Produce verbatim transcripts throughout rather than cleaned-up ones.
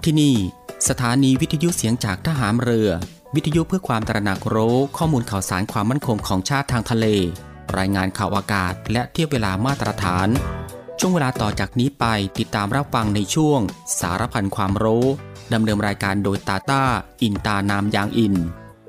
ที่นี่สถานีวิทยุเสียงจากทหารเรือวิทยุเพื่อความตระหนักรู้ข้อมูลข่าวสารความมั่นคงของชาติทางทะเลรายงานข่าวอากาศและเทียบเวลามาตรฐานช่วงเวลาต่อจากนี้ไปติดตามรับฟังในช่วงสารพันความรู้ดำเนินรายการโดยตาต้าอินตานามยางอิน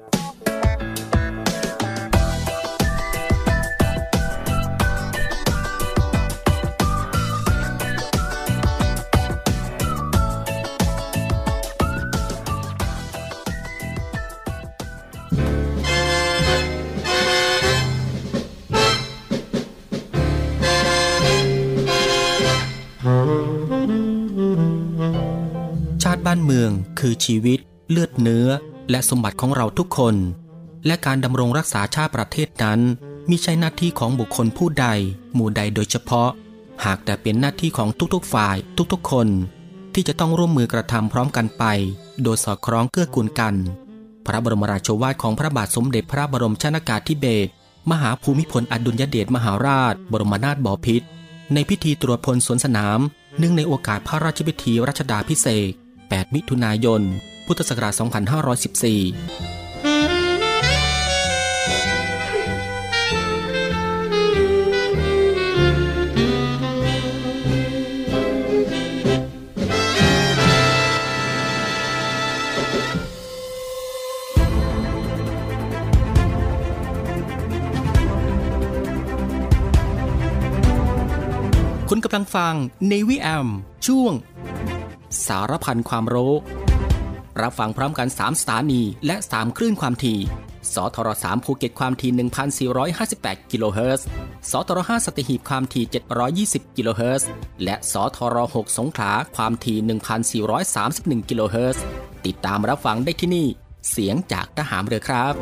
ชาติบ้านเมืองคือชีวิตเลือดเนื้อและสมบัติของเราทุกคนและการดำรงรักษาชาติประเทศนั้นมิใช่หน้าที่ของบุคคลผู้ใดหมู่ใดโดยเฉพาะหากแต่เป็นหน้าที่ของทุกๆฝ่ายทุกๆคนที่จะต้องร่วมมือกระทำพร้อมกันไปโดยสอดคล้องเกื้อกูลกันพระบรมราโชวาทของพระบาทสมเด็จพระบรมชนกาธิเบศรมหาภูมิพลอดุลยเดชมหาราชบรมนาถบพิตรในพิธีตรวจพลสวนสนามเนื่องในโอกาสพระราชพิธีรัชดาภิเษกแปดมิถุนายนพุทธศักราชสองพันห้าร้อยสิบสี่คุณกำลังฟัง Navy เอ เอ็ม ช่วงสารพันความรู้รับฟังพร้อมกันสามสถานีและสามคลื่นความถี่สทรสามภูเก็ตความถี่ หนึ่งพันสี่ร้อยห้าสิบแปด กิโลเฮิรตซ์สทรห้าสัตหีบความถี่เจ็ดร้อยยี่สิบกิโลเฮิรตซ์และสทรหกสงขลาความถี่ หนึ่งพันสี่ร้อยสามสิบเอ็ด กิโลเฮิรตซ์ติดตามรับฟังได้ที่นี่เสียงจากทหารเรือครับ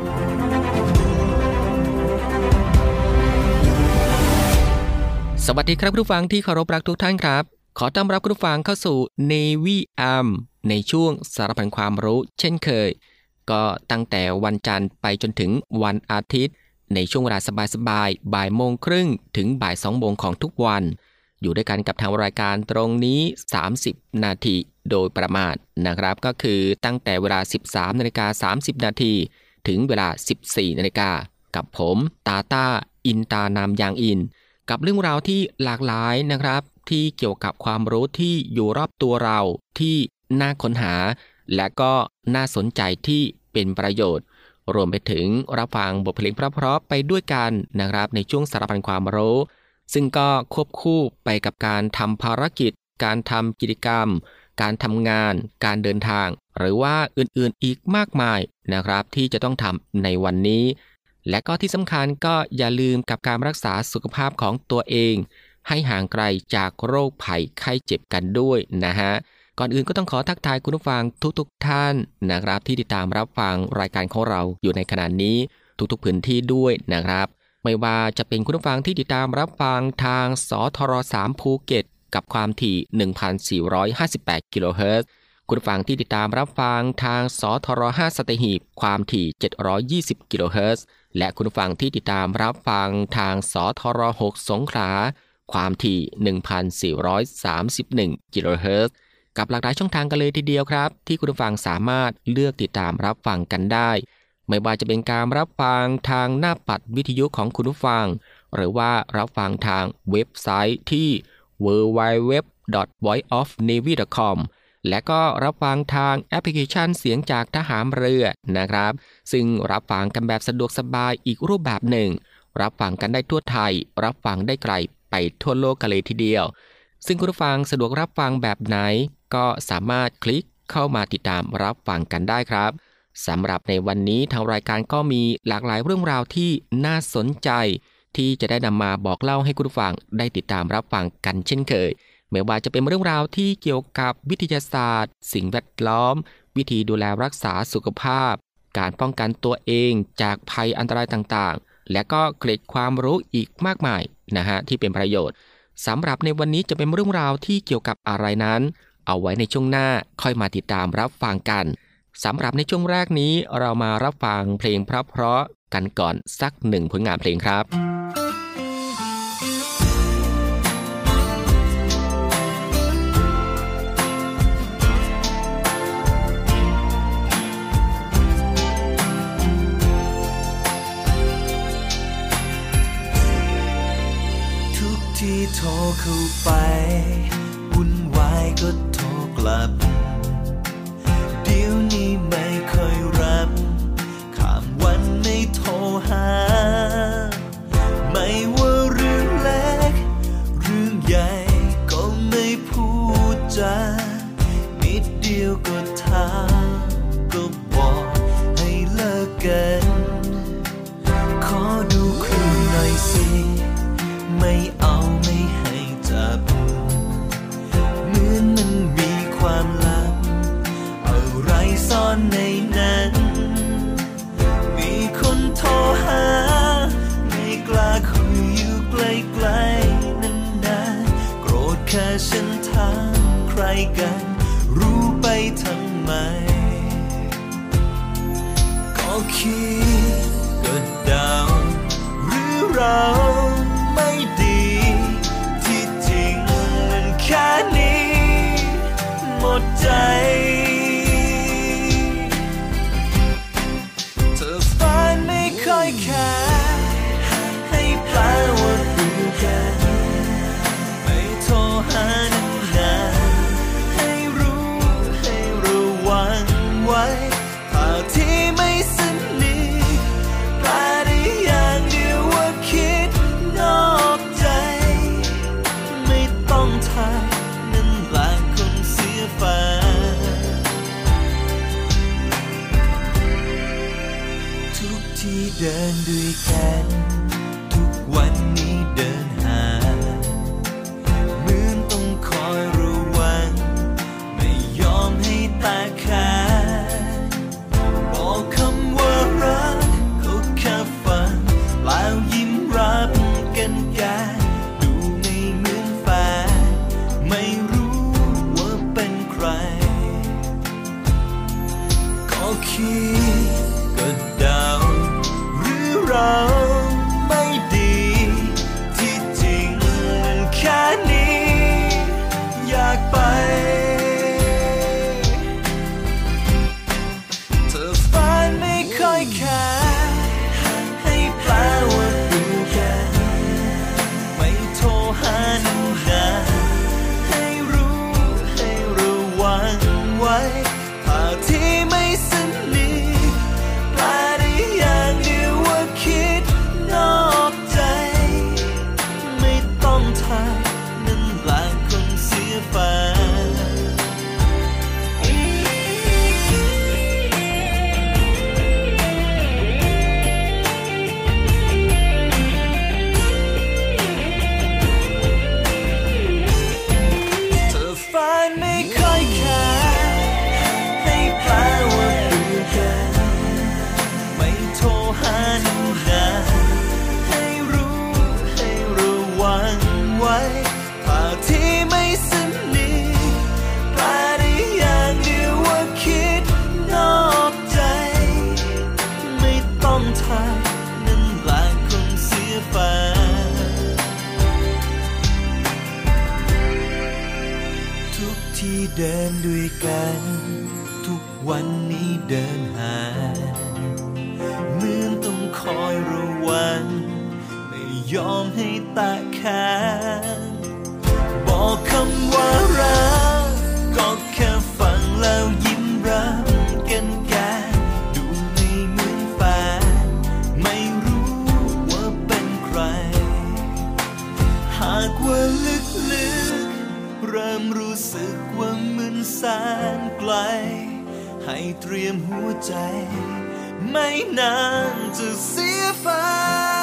สวัสดีครับผู้ฟังที่เคารพรักทุกท่านครับขอต้อนรับผู้ฟังเข้าสู่ Navy เอ เอ็ม ในช่วงสารพันความรู้เช่นเคยก็ตั้งแต่วันจันทร์ไปจนถึงวันอาทิตย์ในช่วงเวลาสบายๆบ่ายโมงครึ่งถึงบ่ายสองโมงของทุกวันอยู่ด้วยกันกับทางรายการตรงนี้สามสิบนาทีโดยประมาณนะครับก็คือตั้งแต่เวลา สิบสามนาฬิกาสามสิบนาทีถึงเวลา สิบสี่นาฬิกากับผมตาต้าอินตานามยางอินกับเรื่องราวที่หลากหลายนะครับที่เกี่ยวกับความรู้ที่อยู่รอบตัวเราที่น่าค้นหาและก็น่าสนใจที่เป็นประโยชน์รวมไปถึงรับฟังบทเพลงเพราะๆไปด้วยกันนะครับในช่วงสารพันความรู้ซึ่งก็ควบคู่ไปกับการทำภารกิจการทำกิจกรรมการทำงานการเดินทางหรือว่าอื่นๆอีกมากมายนะครับที่จะต้องทำในวันนี้และก็ที่สำคัญก็อย่าลืมกับการรักษาสุขภาพของตัวเองให้ห่างไกลจากโรคภัยไข้เจ็บกันด้วยนะฮะก่อนอื่นก็ต้องขอทักทายคุณผู้ฟังทุกๆท่านนะครับที่ติดตามรับฟังรายการของเราอยู่ในขณะนี้ทุกๆพื้นที่ด้วยนะครับไม่ว่าจะเป็นคุณผู้ฟังที่ติดตามรับฟังทางสทรสามภูเก็ตกับความถี่ หนึ่งพันสี่ร้อยห้าสิบแปด กิโลเฮิรตซ์คุณผู้ฟังที่ติดตามรับฟังทางสทรห้าสัตหีบความถี่เจ็ดร้อยยี่สิบกิโลเฮิรตซ์และคุณผู้ฟังที่ติดตามรับฟังทางสทรหกสงขลาความถี่ หนึ่งพันสี่ร้อยสามสิบเอ็ด กิโลเฮิรตซ์กับหลากหลายช่องทางกันเลยทีเดียวครับที่คุณผู้ฟังสามารถเลือกติดตามรับฟังกันได้ไม่ว่าจะเป็นการรับฟังทางหน้าปัดวิทยุของคุณผู้ฟังหรือว่ารับฟังทางเว็บไซต์ที่ ดับเบิลยู ดับเบิลยู ดับเบิลยู ดอท วอยซ์ ออฟ เนวี่ ดอท คอม และก็รับฟังทางแอปพลิเคชันเสียงจากทหารเรือนะครับซึ่งรับฟังกันแบบสะดวกสบายอีกรูปแบบหนึ่งรับฟังกันได้ทั่วไทยรับฟังได้ไกลไปทั่วโลกกันเลยทีเดียวซึ่งคุณผู้ฟังสะดวกรับฟังแบบไหนก็สามารถคลิกเข้ามาติดตามรับฟังกันได้ครับสำหรับในวันนี้ทางรายการก็มีหลากหลายเรื่องราวที่น่าสนใจที่จะได้นำมาบอกเล่าให้คุณผู้ฟังได้ติดตามรับฟังกันเช่นเคยไม่ว่าจะเป็นเรื่องราวที่เกี่ยวกับวิทยาศาสตร์สิ่งแวดล้อมวิธีดูแลรักษาสุขภาพการป้องกันตัวเองจากภัยอันตรายต่างๆและก็เกร็ดความรู้อีกมากมายนะฮะที่เป็นประโยชน์สำหรับในวันนี้จะเป็นเรื่องราวที่เกี่ยวกับอะไรนั้นเอาไว้ในช่วงหน้าค่อยมาติดตามรับฟังกันสำหรับในช่วงแรกนี้เรามารับฟังเพลงเพราะๆกันก่อนสักหนึ่งผลงานเพลงครับเรเข้าไปวุ่นวายก็โทรกลับเดี๋ยวนี้ไม่ค่อยรับข้ามวันไม่โทรหาไม่ว่าเรื่องเล็กเรื่องใหญ่ก็ไม่พูดจานิดเดียวก็ถามก็บอกให้เลิกกันขอดูครูหน่อยสิไม่เอาไม่ให้จับเหมือนมันมีความลับอะไรซ่อนในนั้นมีคนโทรหาไม่กล้าคุยอยู่ใกล้ๆนานๆโกรธแค่ฉันถามใครกันรู้ไปทำไมก็คิดก็เดาหรือเราไม่ดีที่จริงมันแค่นี้หมดใจเธอฝันไม่ค่อยแค่ให้แปลว่าดูกันไม่โทรหานานๆให้รู้ให้ระวังไว้ถ้าที่ไม่สนิทแปลได้อย่างเดียวว่าคิดนอกใจไม่ต้องทายนั่นแหละคนเสียฟ้าทุกที่เดินด้วยกันทุกวันนี้เดินห่างเหมือนต้องคอยระวังไม่ยอมให้ตาค้างบอกคำว่ารักก็แค่ฟังแล้วยิ้มรับกันแก่ดูไม่เหมือนแฟนไม่รู้ว่าเป็นใครก็คิดก็เดาหรือเราไม่ดีที่จริงมันแค่นี้อยากไปเธอฝันไม่ค่อยแค่ให้แปลว่าดูกันไม่โทรหานานๆให้รู้ให้ระวังไว้ถ้าที่ไม่สนิทแปลได้อย่างเดียวว่าคิดนอกใจไม่ต้องทายนั่นแหละคนเสียฟ้าเธอฝันไม่ค่อยแค่ให้แปลว่าดูกันไม่โทรหานานๆให้รู้ให้ระวังไว้ถ้าที่ไม่สนิทแปลได้อย่างเดียวว่าคิดนอกใจไม่ต้องทายนั่นแหละคนเสียฟ้าทุกที่เดินด้วยกันทุกวันนี้เดินห่างเหมือนต้องคอยระวังไม่ยอมให้ตาค้างบอกคำว่ารักก็แค่ฟังแล้วยิ้มรับกันแก่ดูไม่เหมือนแฟนไม่รู้ว่าเป็นใครหากว่าลึกๆเริ่มรู้สึกว่ามันแสนไกลให้เตรียมหัวใจไม่นานจะเสียฟ้า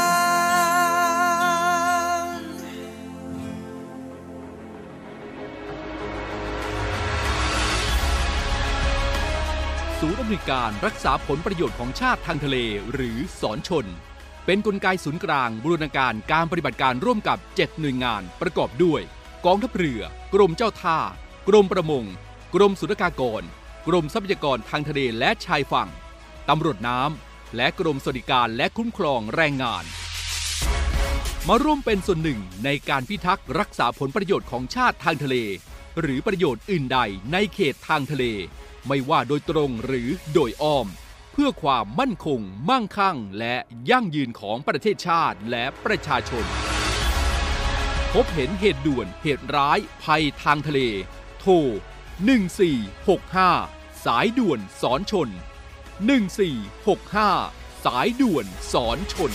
ศูนย์อำนวยการรักษาผลประโยชน์ของชาติทางทะเลหรือศรชนเป็นกลไกศูนย์กลางบูรณาการการปฏิบัติการร่วมกับเจ็ดหน่วยงานประกอบด้วยกองทัพเรือกรมเจ้าท่ากรมประมงกรมศุลกากรกรมทรัพยากรทางทะเลและชายฝั่งตำรวจน้ำและกรมสวัสดิการและคุ้มครองแรงงานมาร่วมเป็นส่วนหนึ่งในการพิทักษ์รักษาผลประโยชน์ของชาติทางทะเลหรือประโยชน์อื่นใดในเขตทางทะเลไม่ว่าโดยตรงหรือโดยอ้อมเพื่อความมั่นคงมั่งคั่งและยั่งยืนของประเทศชาติและประชาชนพบเห็นเหตุด่วนเหตุร้ายภัยทางทะเลโทรหนึ่งสี่หกห้าสายด่วนสอนชนหนึ่งสี่หกห้าสายด่วนสอนชน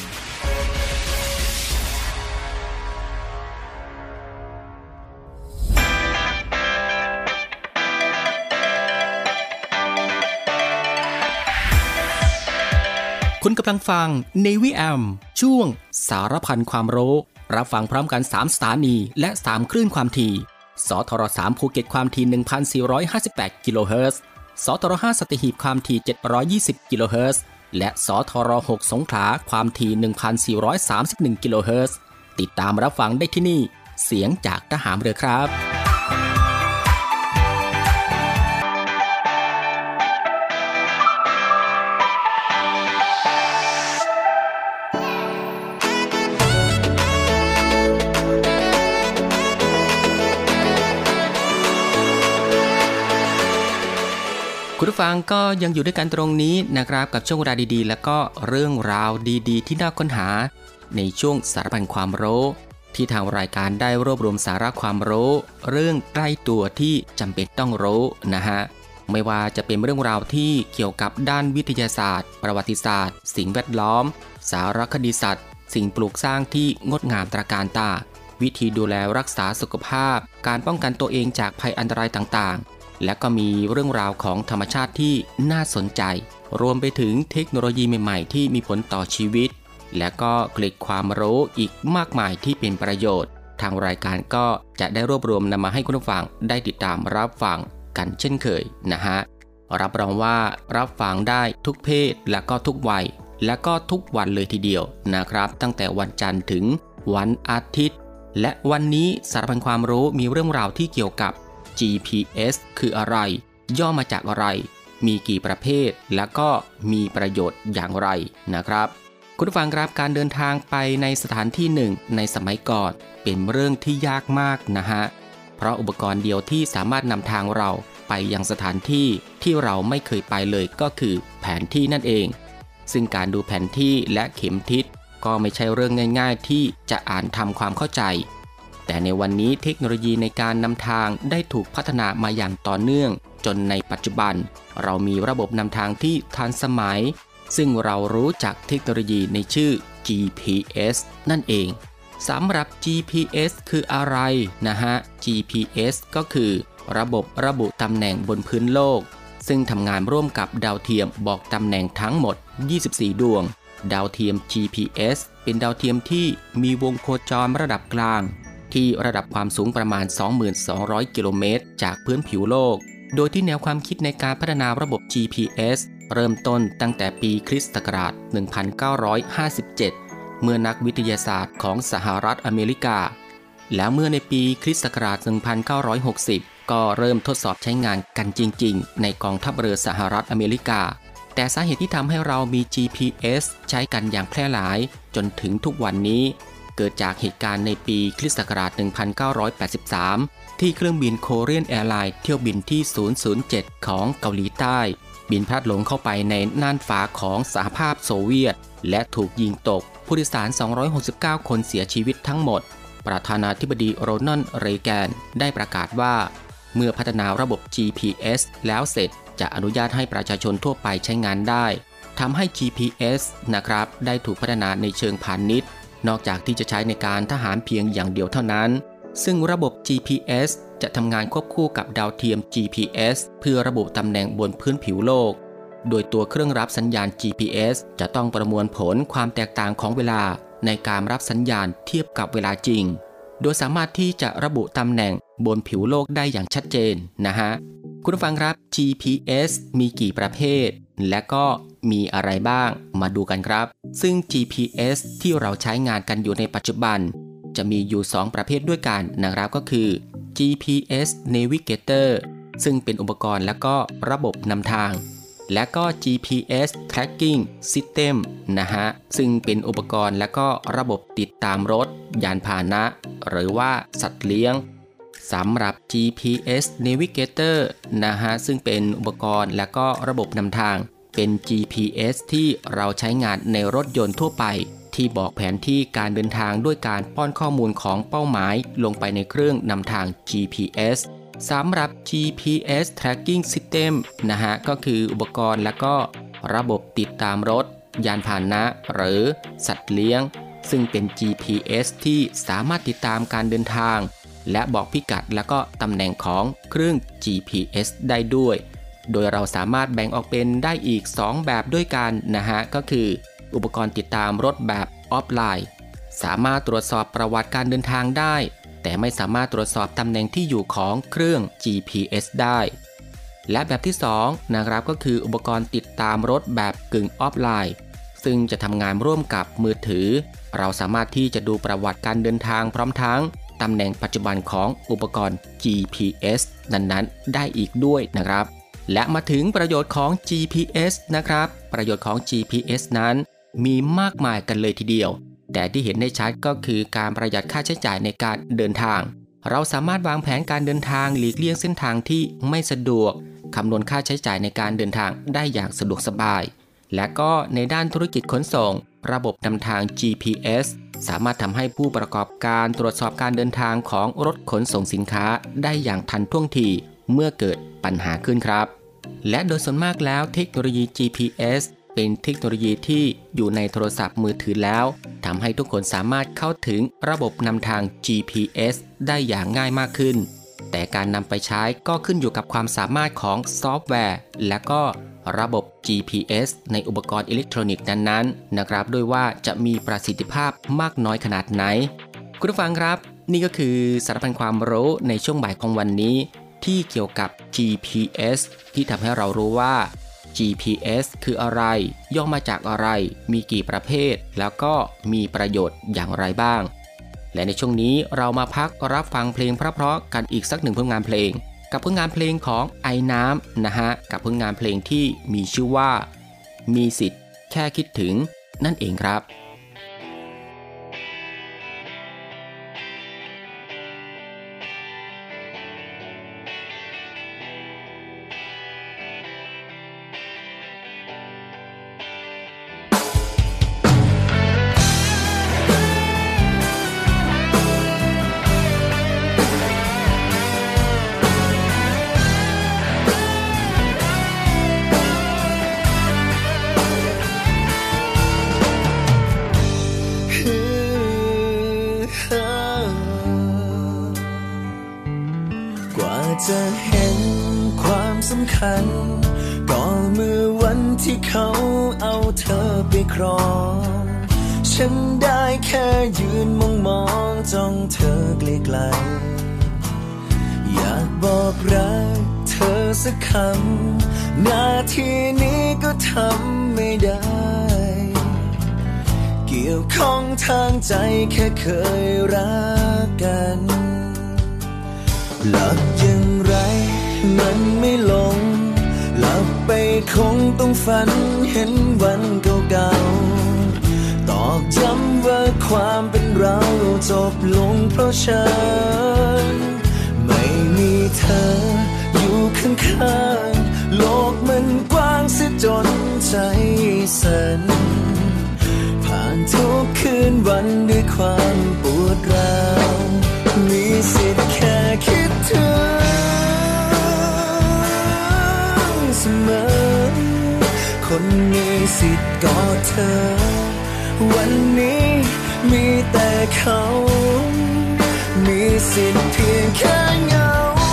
คุณกำลังฟัง Navy เอ เอ็ม ช่วงสารพันความรู้รับฟังพร้อมกันสามสถานีและสามคลื่นความถี่สทรสามภูเก็ตความถี่ หนึ่งพันสี่ร้อยห้าสิบแปด กิโลเฮิรตซ์สทรห้าสัตหีบความถี่เจ็ดร้อยยี่สิบกิโลเฮิรตซ์และสทรหกสงขลาความถี่ หนึ่งพันสี่ร้อยสามสิบเอ็ด กิโลเฮิรตซ์ติดตามรับฟังได้ที่นี่เสียงจากทหารเรือครับคุณผู้ฟังก็ยังอยู่ด้วยกันตรงนี้นะครับกับช่วงเวลาดีๆและก็เรื่องราวดีๆที่น่าค้นหาในช่วงสารพันความรู้ที่ทางรายการได้รวบรวมสาระความรู้เรื่องใกล้ตัวที่จำเป็นต้องรู้นะฮะไม่ว่าจะเป็นเรื่องราวที่เกี่ยวกับด้านวิทยาศาสตร์ประวัติศาสตร์สิ่งแวดล้อมสารคดีสัตว์สิ่งปลูกสร้างที่งดงามตระการตาวิธีดูแลรักษาสุขภาพการป้องกันตัวเองจากภัยอันตรายต่างๆและก็มีเรื่องราวของธรรมชาติที่น่าสนใจรวมไปถึงเทคโนโลยีใหม่ๆที่มีผลต่อชีวิตและก็เกล็ดความรู้อีกมากมายที่เป็นประโยชน์ทางรายการก็จะได้รวบรวมนำมาให้คุณผู้ฟังได้ติดตามรับฟังกันเช่นเคยนะฮะรับรองว่ารับฟังได้ทุกเพศและก็ทุกวัยและก็ทุกวันเลยทีเดียวนะครับตั้งแต่วันจันทร์ถึงวันอาทิตย์และวันนี้สารพันความรู้มีเรื่องราวที่เกี่ยวกับจี พี เอส คืออะไรย่อมาจากอะไรมีกี่ประเภทและก็มีประโยชน์อย่างไรนะครับคุณผู้ฟังครับการเดินทางไปในสถานที่หนึ่งในสมัยก่อนเป็นเรื่องที่ยากมากนะฮะเพราะอุปกรณ์เดียวที่สามารถนำทางเราไปยังสถานที่ที่เราไม่เคยไปเลยก็คือแผนที่นั่นเองซึ่งการดูแผนที่และเข็มทิศก็ไม่ใช่เรื่องง่ายๆที่จะอ่านทำความเข้าใจแต่ในวันนี้เทคโนโลยีในการนำทางได้ถูกพัฒนามาอย่างต่อเนื่องจนในปัจจุบันเรามีระบบนำทางที่ทันสมัยซึ่งเรารู้จักเทคโนโลยีในชื่อ จี พี เอส นั่นเองสำหรับ จี พี เอส คืออะไรนะฮะ จี พี เอส ก็คือระบบระบุตำแหน่งบนพื้นโลกซึ่งทำงานร่วมกับดาวเทียมบอกตำแหน่งทั้งหมดยี่สิบสี่ดวงดาวเทียม จี พี เอส เป็นดาวเทียมที่มีวงโคจรระดับกลางที่ระดับความสูงประมาณ สองพันสองร้อย กิโลเมตรจากพื้นผิวโลกโดยที่แนวความคิดในการพัฒนาระบบ จี พี เอส เริ่มต้นตั้งแต่ปีคริสต์ศักราช หนึ่งพันเก้าร้อยห้าสิบเจ็ด เมื่อนักวิทยาศาสตร์ของสหรัฐอเมริกาแล้วเมื่อในปีคริสต์ศักราช หนึ่งพันเก้าร้อยหกสิบ ก็เริ่มทดสอบใช้งานกันจริงๆในกองทัพเรือสหรัฐอเมริกาแต่สาเหตุที่ทำให้เรามี จี พี เอส ใช้กันอย่างแพร่หลายจนถึงทุกวันนี้เกิดจากเหตุการณ์ในปีคริสต์ศักราช หนึ่งพันเก้าร้อยแปดสิบสาม ที่เครื่องบินโคเรียนแอร์ไลน์เที่ยวบินที่ ศูนย์ ศูนย์ เจ็ด ของเกาหลีใต้บินพลัดหลงเข้าไปในน่านฟ้าของสหภาพโซเวียตและถูกยิงตกผู้โดยสาร สองร้อยหกสิบเก้า คนเสียชีวิตทั้งหมดประธานาธิบดีโรนัลด์ เรแกนได้ประกาศว่าเมื่อพัฒนาระบบ จี พี เอส แล้วเสร็จจะอนุญาตให้ประชาชนทั่วไปใช้งานได้ทำให้ จี พี เอส นะครับได้ถูกพัฒนาในเชิงพาณิชย์นอกจากที่จะใช้ในการทหารเพียงอย่างเดียวเท่านั้นซึ่งระบบ จี พี เอส จะทำงานควบคู่กับดาวเทียม จี พี เอส เพื่อระบุตำแหน่งบนพื้นผิวโลกโดยตัวเครื่องรับสัญญาณ จี พี เอส จะต้องประมวลผลความแตกต่างของเวลาในการรับสัญญาณเทียบกับเวลาจริงโดยสามารถที่จะระบุตำแหน่งบนผิวโลกได้อย่างชัดเจนนะฮะคุณผู้ฟังครับ จี พี เอส มีกี่ประเภทและก็มีอะไรบ้างมาดูกันครับซึ่ง จี พี เอส ที่เราใช้งานกันอยู่ในปัจจุบันจะมีอยู่สองประเภทด้วยกันนะครับก็คือ จี พี เอส Navigator ซึ่งเป็นอุปกรณ์และก็ระบบนำทางและก็ จี พี เอส Tracking System นะฮะซึ่งเป็นอุปกรณ์และก็ระบบติดตามรถยานพาหนะหรือว่าสัตว์เลี้ยงสำหรับ จี พี เอส Navigator นะฮะซึ่งเป็นอุปกรณ์และก็ระบบนำทางเป็น จี พี เอส ที่เราใช้งานในรถยนต์ทั่วไปที่บอกแผนที่การเดินทางด้วยการป้อนข้อมูลของเป้าหมายลงไปในเครื่องนำทาง จี พี เอส สำหรับ จี พี เอส Tracking System นะฮะก็คืออุปกรณ์และก็ระบบติดตามรถยานพาหนะหรือสัตว์เลี้ยงซึ่งเป็น จี พี เอส ที่สามารถติดตามการเดินทางและบอกพิกัดและก็ตำแหน่งของเครื่อง จี พี เอส ได้ด้วยโดยเราสามารถแบ่งออกเป็นได้อีกสองแบบด้วยกันนะฮะก็คืออุปกรณ์ติดตามรถแบบออฟไลน์สามารถตรวจสอบประวัติการเดินทางได้แต่ไม่สามารถตรวจสอบตำแหน่งที่อยู่ของเครื่อง จี พี เอส ได้และแบบที่สองนะครับก็คืออุปกรณ์ติดตามรถแบบกึ่งออฟไลน์ซึ่งจะทำงานร่วมกับมือถือเราสามารถที่จะดูประวัติการเดินทางพร้อมทั้งตำแหน่งปัจจุบันของอุปกรณ์ จี พี เอส นั้นๆได้อีกด้วยนะครับและมาถึงประโยชน์ของ จี พี เอส นะครับประโยชน์ของ จี พี เอส นั้นมีมากมายกันเลยทีเดียวแต่ที่เห็นได้ชัดก็คือการประหยัดค่าใช้จ่ายในการเดินทางเราสามารถวางแผนการเดินทางหลีกเลี่ยงเส้นทางที่ไม่สะดวกคำนวณค่าใช้จ่ายในการเดินทางได้อย่างสะดวกสบายและก็ในด้านธุรกิจขนส่งระบบนำทาง จี พี เอส สามารถทำให้ผู้ประกอบการตรวจสอบการเดินทางของรถขนส่งสินค้าได้อย่างทันท่วงทีเมื่อเกิดปัญหาขึ้นครับและโดยส่วนมากแล้วเทคโนโลยี จี พี เอส เป็นเทคโนโลยีที่อยู่ในโทรศัพท์มือถือแล้วทำให้ทุกคนสามารถเข้าถึงระบบนำทาง จี พี เอส ได้อย่างง่ายมากขึ้นแต่การนำไปใช้ก็ขึ้นอยู่กับความสามารถของซอฟต์แวร์และก็ระบบ จี พี เอส ในอุปกรณ์อิเล็กทรอนิกส์นั้นๆนะครับด้วยว่าจะมีประสิทธิภาพมากน้อยขนาดไหนคุณผู้ฟังครับนี่ก็คือสารพันความรู้ในช่วงบ่ายของวันนี้ที่เกี่ยวกับ จี พี เอส ที่ทำให้เรารู้ว่า จี พี เอส คืออะไรย่อมาจากอะไรมีกี่ประเภทแล้วก็มีประโยชน์อย่างไรบ้างและในช่วงนี้เรามาพักรับฟังเพลงเพราะๆกันอีกสักหนึ่งผลงานเพลงกับผลงานเพลงของไอน้ำนะฮะกับผลงานเพลงที่มีชื่อว่ามีสิทธิ์แค่คิดถึงนั่นเองครับจะเห็นความสำคัญก็เมื่อวันที่เขาเอาเธอไปครองฉันได้แค่ยืนมองมองจ้องเธอไกลๆอยากบอกรักเธอสักคำหน้าที่นี้ก็ทำไม่ได้เกี่ยวข้องทางใจแค่เคยรักกันหลับอย่างไรมันไม่ลงหลับไปคงต้องฝันเห็นวันเก่าๆตอกย้ำว่าความเป็นเราจบลงเพราะฉันไม่มีเธออยู่ข้างๆโลกมันกว้างเสียจนใจสั่นผ่านทุกคืนวันด้วยความปวดร้าวมีสิทธิ์แค่คิดถึงเสมอคนมีสิทธิ์กอดเธอวันนี้มีแต่เขามีสิทธิ์เพียงแค่เงา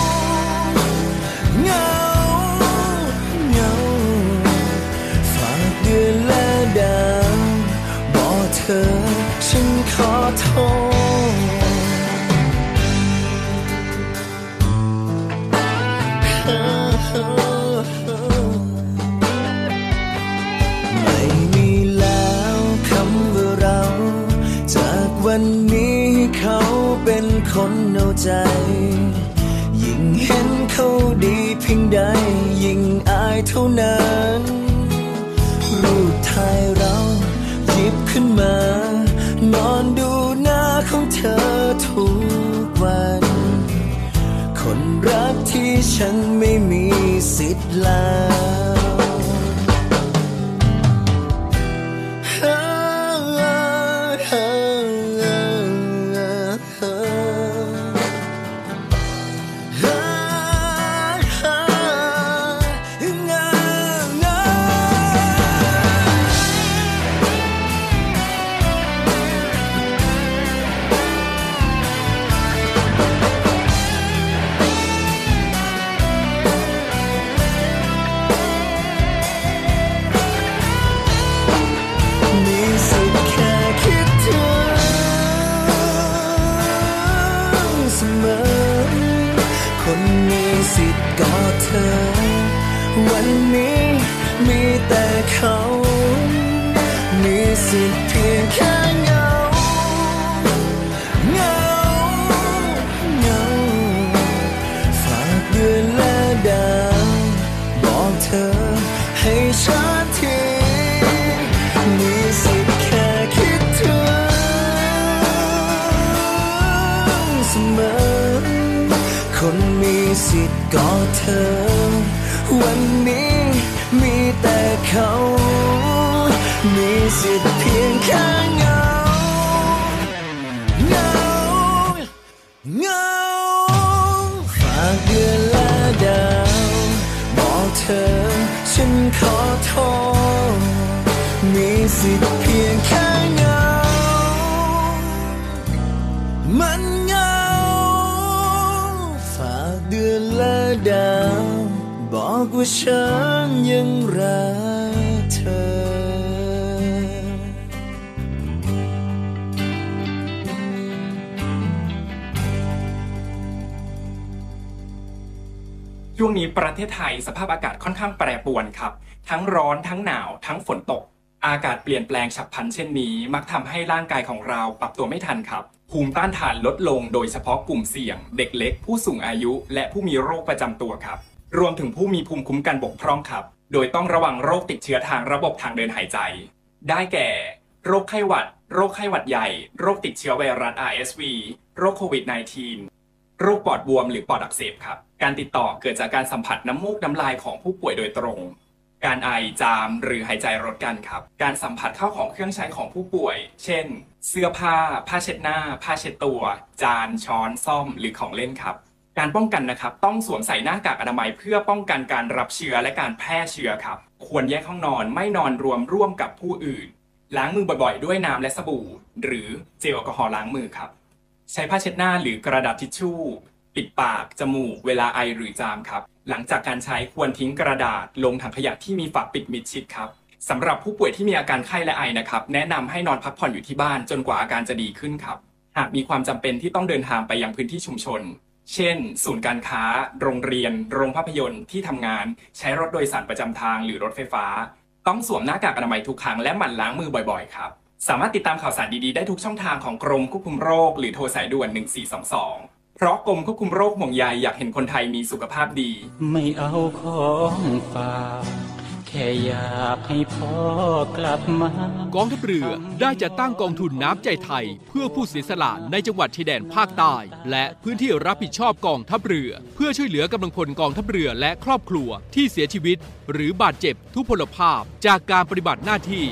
เงาเงาฝากเดือนและดาวบอกเธอฉันขอโทษไม่มีแล้วคำว่าเราจากวันนี้เขาเป็นคนเอาใจยิ่งเห็นเขาดีเพียงใดยิ่งอายเท่านั้นรูปถ่ายเราหยิบขึ้นมานอนดูหน้าของเธอทุกวันคนรักที่ฉันไม่มีสิทธิ์แล้วสิทธิ์เพียงแค่เงาเงาเงาฝากเดือนและดาวบอกเธอให้ฉันทีมีสิทธิ์แค่คิดถึงเสมอคนมีสิทธิ์กอดเธอวันนี้มีแต่เขามีสิทธิ์เพียงแค่เงาเงาเงาฝากเดือนและดาวบอกเธอฉันขอโทษมีสิทธิ์เพียงแค่เงามันเงาฝากเดือนและดาวบอกว่าฉันยังรักเธอช่วงนี้ประเทศไทยสภาพอากาศค่อนข้างแปรปรวนครับทั้งร้อนทั้งหนาวทั้งฝนตกอากาศเปลี่ยนแปลงฉับพลันเช่นนี้มักทำให้ร่างกายของเราปรับตัวไม่ทันครับภูมิต้านทานลดลงโดยเฉพาะกลุ่มเสี่ยงเด็กเล็กผู้สูงอายุและผู้มีโรคประจำตัวครับรวมถึงผู้มีภูมิคุ้มกันบกพร่องครับโดยต้องระวังโรคติดเชื้อทางระบบทางเดินหายใจได้แก่โรคไข้หวัดโรคไข้หวัดใหญ่โรคติดเชื้อไวรัส อาร์ เอส วี โรคโควิด สิบเก้า โรคปอดบวมหรือปอดอักเสบครับการติดต่อเกิดจากการสัมผัสน้ำมูกน้ำลายของผู้ป่วยโดยตรงการไอจามหรือหายใจรดกันครับการสัมผัสเข้าของเครื่องใช้ของผู้ป่วยเช่นเสื้อผ้าผ้าเช็ดหน้าผ้าเช็ดตัวจานช้อนซ่อมหรือของเล่นครับการป้องกันนะครับต้องสวมใส่หน้ากากอนามัยเพื่อป้องกันการรับเชื้อและการแพร่เชื้อครับควรแยกห้องนอนไม่นอนรวมร่วมกับผู้อื่นล้างมือบ่อยๆด้วยน้ำและสบู่หรือเจลแอลกอฮอล์ล้างมือครับใช้ผ้าเช็ดหน้าหรือกระดาษทิชชู่ปิดปากจมูกเวลาไอหรือจามครับหลังจากการใช้ควรทิ้งกระดาษลงถังขยะที่มีฝาปิดมิดชิดครับสำหรับผู้ป่วยที่มีอาการไข้และไอนะครับแนะนำให้นอนพักผ่อนอยู่ที่บ้านจนกว่าอาการจะดีขึ้นครับหากมีความจำเป็นที่ต้องเดินทางไปยังพื้นที่ชุมชนเช่นศูนย์การค้าโรงเรียนโรงภาพยนตร์ที่ทำงานใช้รถโดยสารประจำทางหรือรถไฟฟ้าต้องสวมหน้ากากอนามัยทุกครั้งและหมั่นล้างมือบ่อยๆครับสามารถติดตามข่าวสารดีๆได้ทุกช่องทางของกรมควบคุมโรคหรือโทรสายด่วนหนึ่งสี่สองสองเพราะกรมควบคุมโรคห่วงใยอยากเห็นคนไทยมีสุขภาพดีไม่เอาของฝากแค่อยากให้พ่อกลับมากองทัพเรือได้จัดตั้งกองทุนน้ำใจไทยเพื่อผู้เสียสละในจังหวัดชายแดนภาคใต้และพื้นที่รับผิดชอบกองทัพเรือเพื่อช่วยเหลือกำลังพลกองทัพเรือและครอบครัวที่เสียชีวิตหรือบาดเจ็บทุพพลภาพจากการปฏิบัติหน้าที่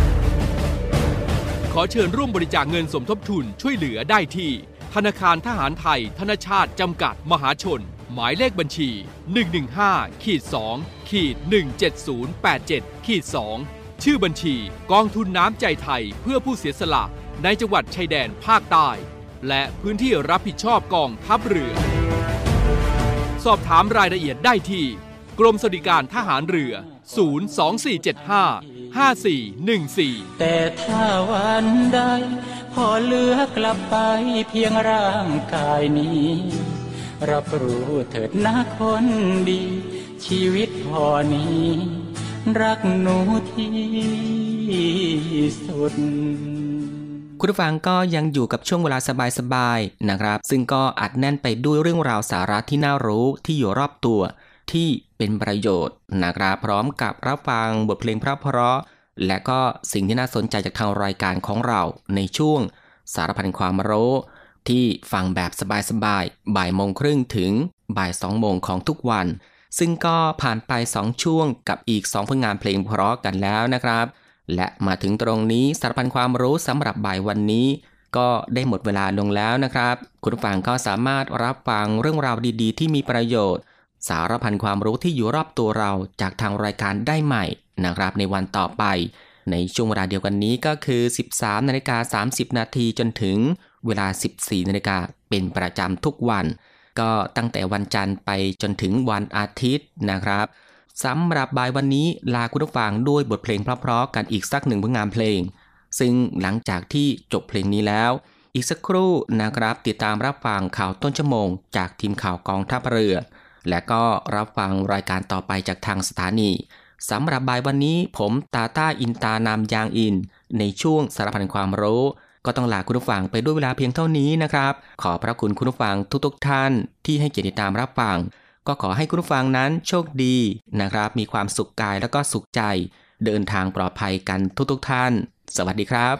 ขอเชิญร่วมบริจาคเงินสมทบทุนช่วยเหลือได้ที่ธนาคารทหารไทยธนชาติจำกัดมหาชนหมายเลขบัญชี หนึ่ง หนึ่ง ห้า สอง หนึ่ง เจ็ด ศูนย์ แปด เจ็ด สอง ชื่อบัญชีกองทุนน้ำใจไทยเพื่อผู้เสียสละในจังหวัดชายแดนภาคใต้และพื้นที่รับผิดชอบกองทัพเรือสอบถามรายละเอียดได้ที่กรมสวัสดิการทหารเรือศูนย์ สอง สี่ เจ็ด ห้า ห้า สี่ หนึ่ง สี่แต่ถ้าวันใดพอเหลือกลับไปเพียงร่างกายนี้รับรู้เถิดนะคนดีชีวิตพอนี้รักหนูที่สุดคุณผู้ฟังก็ยังอยู่กับช่วงเวลาสบายๆนะครับซึ่งก็อัดแน่นไปด้วยเรื่องราวสาระที่น่ารู้ที่อยู่รอบตัวที่เป็นประโยชน์นะครับพร้อมกับรับฟังบทเพลงเพราะๆและก็สิ่งที่น่าสนใจจากทางรายการของเราในช่วงสารพันความรู้ที่ฟังแบบสบายๆบ่ายโมงครึ่งถึงบ่ายสองโมงของทุกวันซึ่งก็ผ่านไปสองช่วงกับอีกสองผลงานเพลงเพราะกันแล้วนะครับและมาถึงตรงนี้สารพันความรู้สำหรับบ่ายวันนี้ก็ได้หมดเวลาลงแล้วนะครับคุณผู้ฟังก็สามารถรับฟังเรื่องราวดีๆที่มีประโยชน์สารพันความรู้ที่อยู่รอบตัวเราจากทางรายการได้ใหม่นะครับในวันต่อไปในช่วงเวลาเดียวกันนี้ก็คือ สิบสามนาฬิกาสามสิบนาทีจนถึงเวลา สิบสี่นาฬิกาเป็นประจำทุกวันก็ตั้งแต่วันจันทร์ไปจนถึงวันอาทิตย์นะครับสำหรับบ่ายวันนี้ลาคุณผู้ฟังด้วยบทเพลงเพราะๆกันอีกสักหนึ่งผลงานเพลงซึ่งหลังจากที่จบเพลงนี้แล้วอีกสักครู่นะครับติดตามรับฟังข่าวต้นชั่วโมงจากทีมข่าวกองทัพเรือและก็รับฟังรายการต่อไปจากทางสถานีสำหรับบ่ายวันนี้ผมตาต้าอินตานามยางอินในช่วงสารพันความรู้ก็ต้องลาคุณผู้ฟังไปด้วยเวลาเพียงเท่านี้นะครับขอพระคุณคุณผู้ฟังทุกๆท่านที่ให้เกียรติติดตามรับฟังก็ขอให้คุณผู้ฟังนั้นโชคดีนะครับมีความสุขกายแล้วก็สุขใจเดินทางปลอดภัยกันทุกๆท่านสวัสดีครับ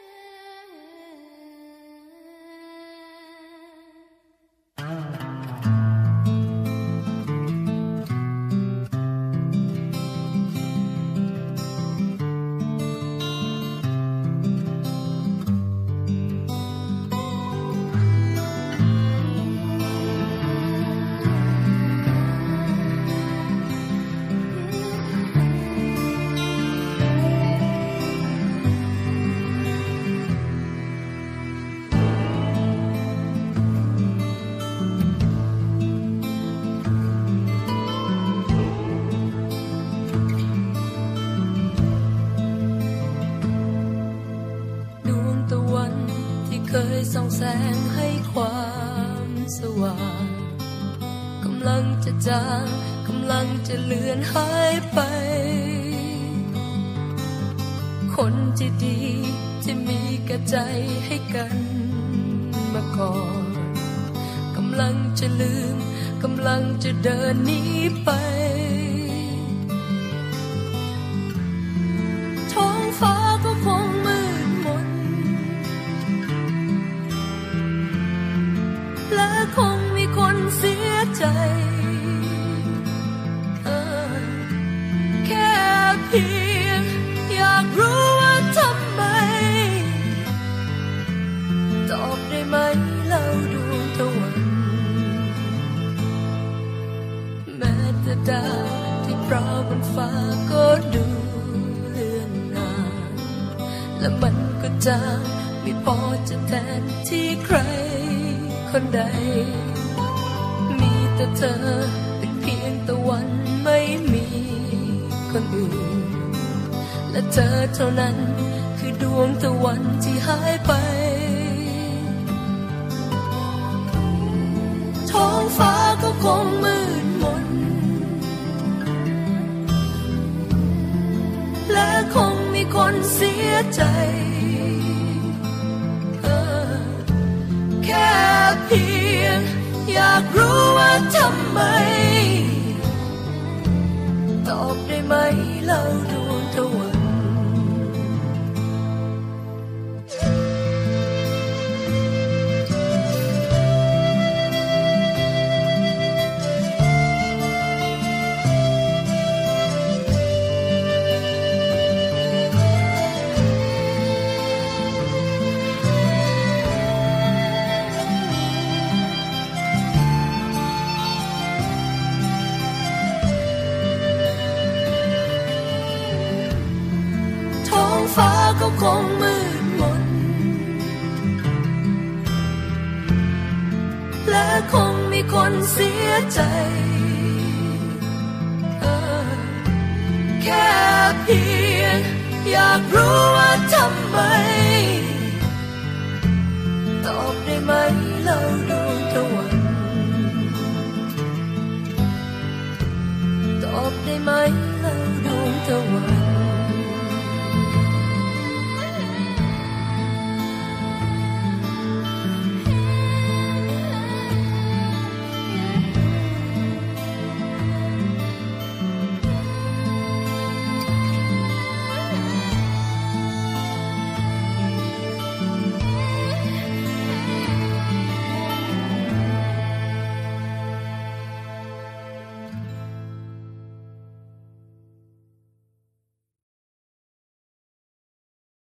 เคยส่องแสงให้ความสว่างกำลังจะจางกำลังจะเลือนหายไปคนที่ดีที่มีกระใจให้กันมาก่อนกำลังจะลืมกำลังจะเดินหนีไปท้องฟ้าก็คงมืดมนและคงมีคนเสียใจเออแค่เพียงอยากรู้ว่าทำไมตอบได้ไหมเล่าดวงตะวันแม้แต่ดาวที่ปราวบนฟ้าก็ดูเลือนลางและมันก็จางไม่พอจะแทนที่ใครคนใดมีแต่เธอเป็นเพียงตะวันไม่มีคนอื่นและเธอเท่านั้นคือดวงตะวันที่หายไปท้องฟ้าก็คงมืดมนและคงมีคนเสียใจแค่เพียงอยากรู้ว่าทำไมตอบได้ไหมเล่าดวงตะวันฟ้าก็คงมืดมนและคงมีคนเสียใจเออแค่เพียงอยากรู้ว่าทำไม